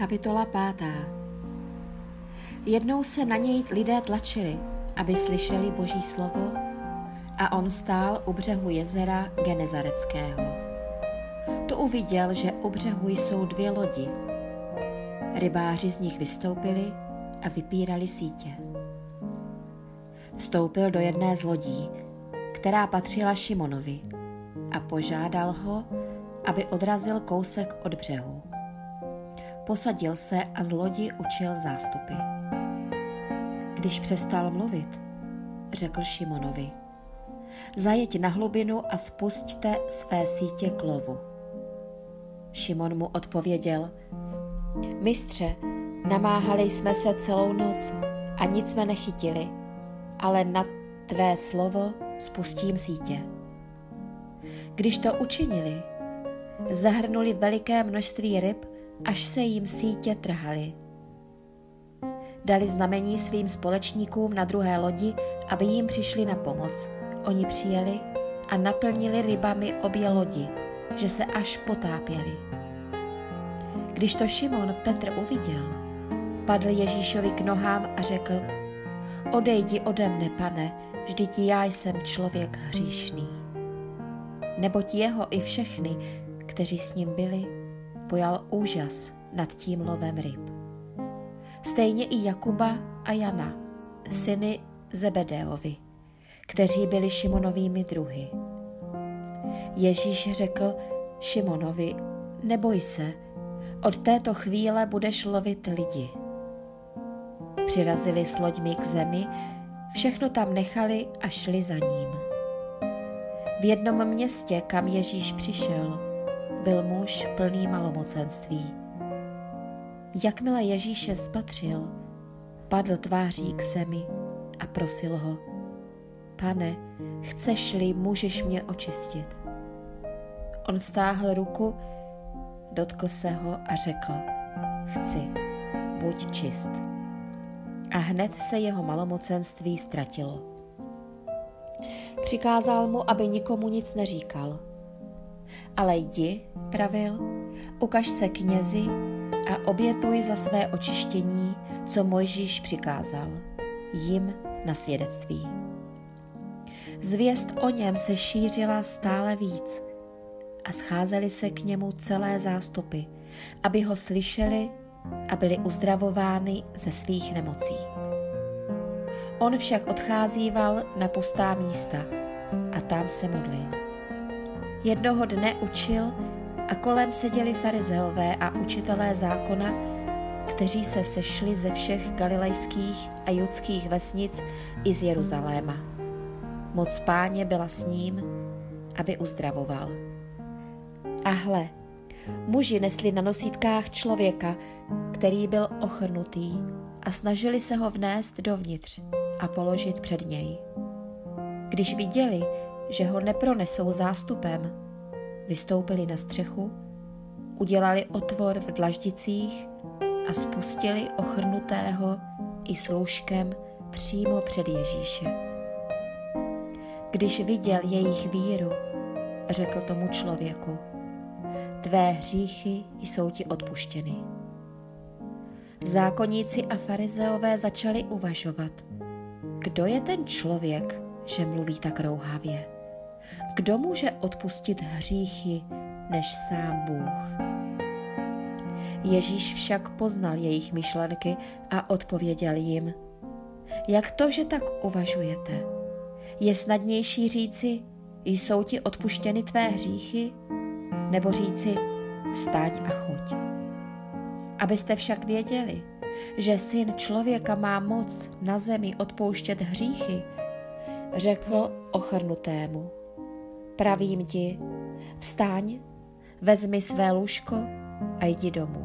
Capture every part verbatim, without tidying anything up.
Kapitola pátá. Jednou se na něj lidé tlačili, aby slyšeli Boží slovo, a on stál u břehu jezera Genezareckého. Tu uviděl, že u břehu jsou dvě lodi. Rybáři z nich vystoupili a vypírali sítě. Vstoupil do jedné z lodí, která patřila Šimonovi, a požádal ho, aby odrazil kousek od břehu. Posadil se a z lodi učil zástupy. Když přestal mluvit, řekl Šimonovi: zajeď na hlubinu a spusťte své sítě k lovu. Šimon mu odpověděl: mistře, namáhali jsme se celou noc a nic jsme nechytili, ale na tvé slovo spustím sítě. Když to učinili, zahrnuli veliké množství ryb, až se jim sítě trhaly. Dali znamení svým společníkům na druhé lodi, aby jim přišli na pomoc. Oni přijeli a naplnili rybami obě lodi, že se až potápěli. Když to Šimon Petr uviděl, padl Ježíšovi k nohám a řekl: odejdi ode mne, Pane, vždyť já jsem člověk hříšný. Neboť jeho i všechny, kteří s ním byli, pojal úžas nad tím lovem ryb. Stejně i Jakuba a Jana, syny Zebedeovi, kteří byli Šimonovými druhy. Ježíš řekl Šimonovi: neboj se, od této chvíle budeš lovit lidi. Přirazili s loďmi k zemi, všechno tam nechali a šli za ním. V jednom městě, kam Ježíš přišel, byl muž plný malomocenství. Jakmile Ježíše spatřil, padl tváří k zemi a prosil ho: Pane, chceš-li, můžeš mě očistit. On vztáhl ruku, dotkl se ho a řekl: chci, buď čist. A hned se jeho malomocenství ztratilo. Přikázal mu, aby nikomu nic neříkal. Ale jdi, pravil, ukaž se knězi a obětuj za své očištění, co Mojžíš přikázal, jim na svědectví. Zvěst o něm se šířila stále víc a scházely se k němu celé zástupy, aby ho slyšeli a byli uzdravovány ze svých nemocí. On však odcházíval na pustá místa a tam se modlil. Jednoho dne učil a kolem seděli farizeové a učitelé zákona, kteří se sešli ze všech galilejských a judských vesnic i z Jeruzaléma. Moc Páně byla s ním, aby uzdravoval. A hle, muži nesli na nosítkách člověka, který byl ochrnutý, a snažili se ho vnést dovnitř a položit před něj. Když viděli, že ho nepronesou zástupem, vystoupili na střechu, udělali otvor v dlaždicích a spustili ochrnutého i s lůžkem přímo před Ježíše. Když viděl jejich víru, řekl tomu člověku: tvé hříchy jsou ti odpuštěny. Zákonníci a farizeové začali uvažovat: kdo je ten člověk, že mluví tak rouhavě? Kdo může odpustit hříchy než sám Bůh? Ježíš však poznal jejich myšlenky a odpověděl jim: jak to, že tak uvažujete? Je snadnější říci: jsou ti odpuštěny tvé hříchy? Nebo říci: vstaň a choď? Abyste však věděli, že Syn člověka má moc na zemi odpouštět hříchy, řekl ochrnutému: pravím ti, vstaň, vezmi své lůžko a jdi domů.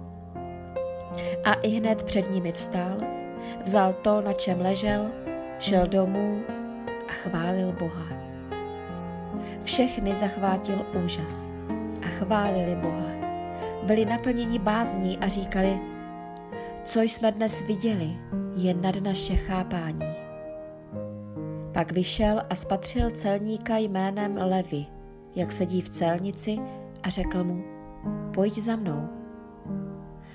A ihned před nimi vstal, vzal to, na čem ležel, šel domů a chválil Boha. Všechny zachvátil úžas a chválili Boha. Byli naplněni bázní a říkali: co jsme dnes viděli, je nad naše chápání. Pak vyšel a spatřil celníka jménem Levi, jak sedí v celnici, a řekl mu: pojď za mnou.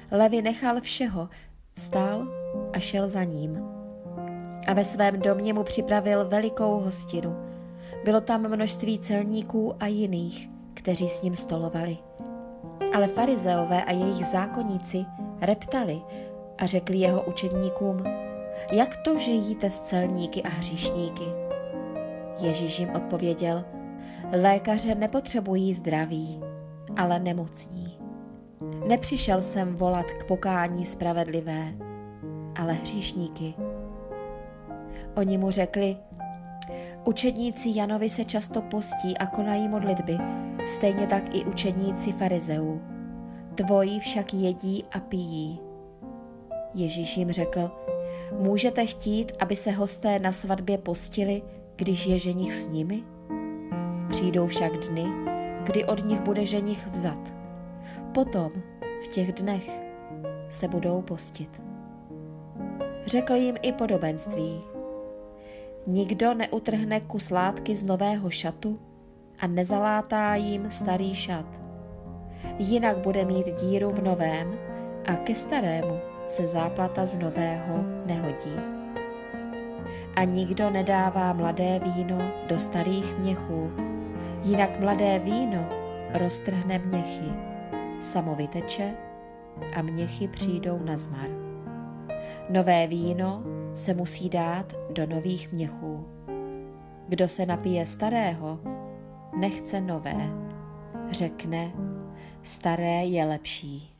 Levi nechal všeho, vstal a šel za ním. A ve svém domě mu připravil velikou hostinu. Bylo tam množství celníků a jiných, kteří s ním stolovali. Ale farizeové a jejich zákonníci reptali a řekli jeho učedníkům: jak to, že jíte s celníky a hříšníky? Ježíš jim odpověděl: lékaře nepotřebují zdraví, ale nemocní. Nepřišel jsem volat k pokání spravedlivé, ale hříšníky. Oni mu řekli: učedníci Janovi se často postí a konají modlitby, stejně tak i učedníci farizeů. Tvoji však jedí a pijí. Ježíš jim řekl: můžete chtít, aby se hosté na svatbě postili, když je ženich s nimi? Přijdou však dny, kdy od nich bude ženich vzat. Potom, v těch dnech, se budou postit. Řekl jim i podobenství: nikdo neutrhne kus látky z nového šatu a nezalátá jim starý šat. Jinak bude mít díru v novém a ke starému se záplata z nového nehodí. A nikdo nedává mladé víno do starých měchů, jinak mladé víno roztrhne měchy, samo vyteče a měchy přijdou na zmar. Nové víno se musí dát do nových měchů. Kdo se napije starého, nechce nové. Řekne: staré je lepší.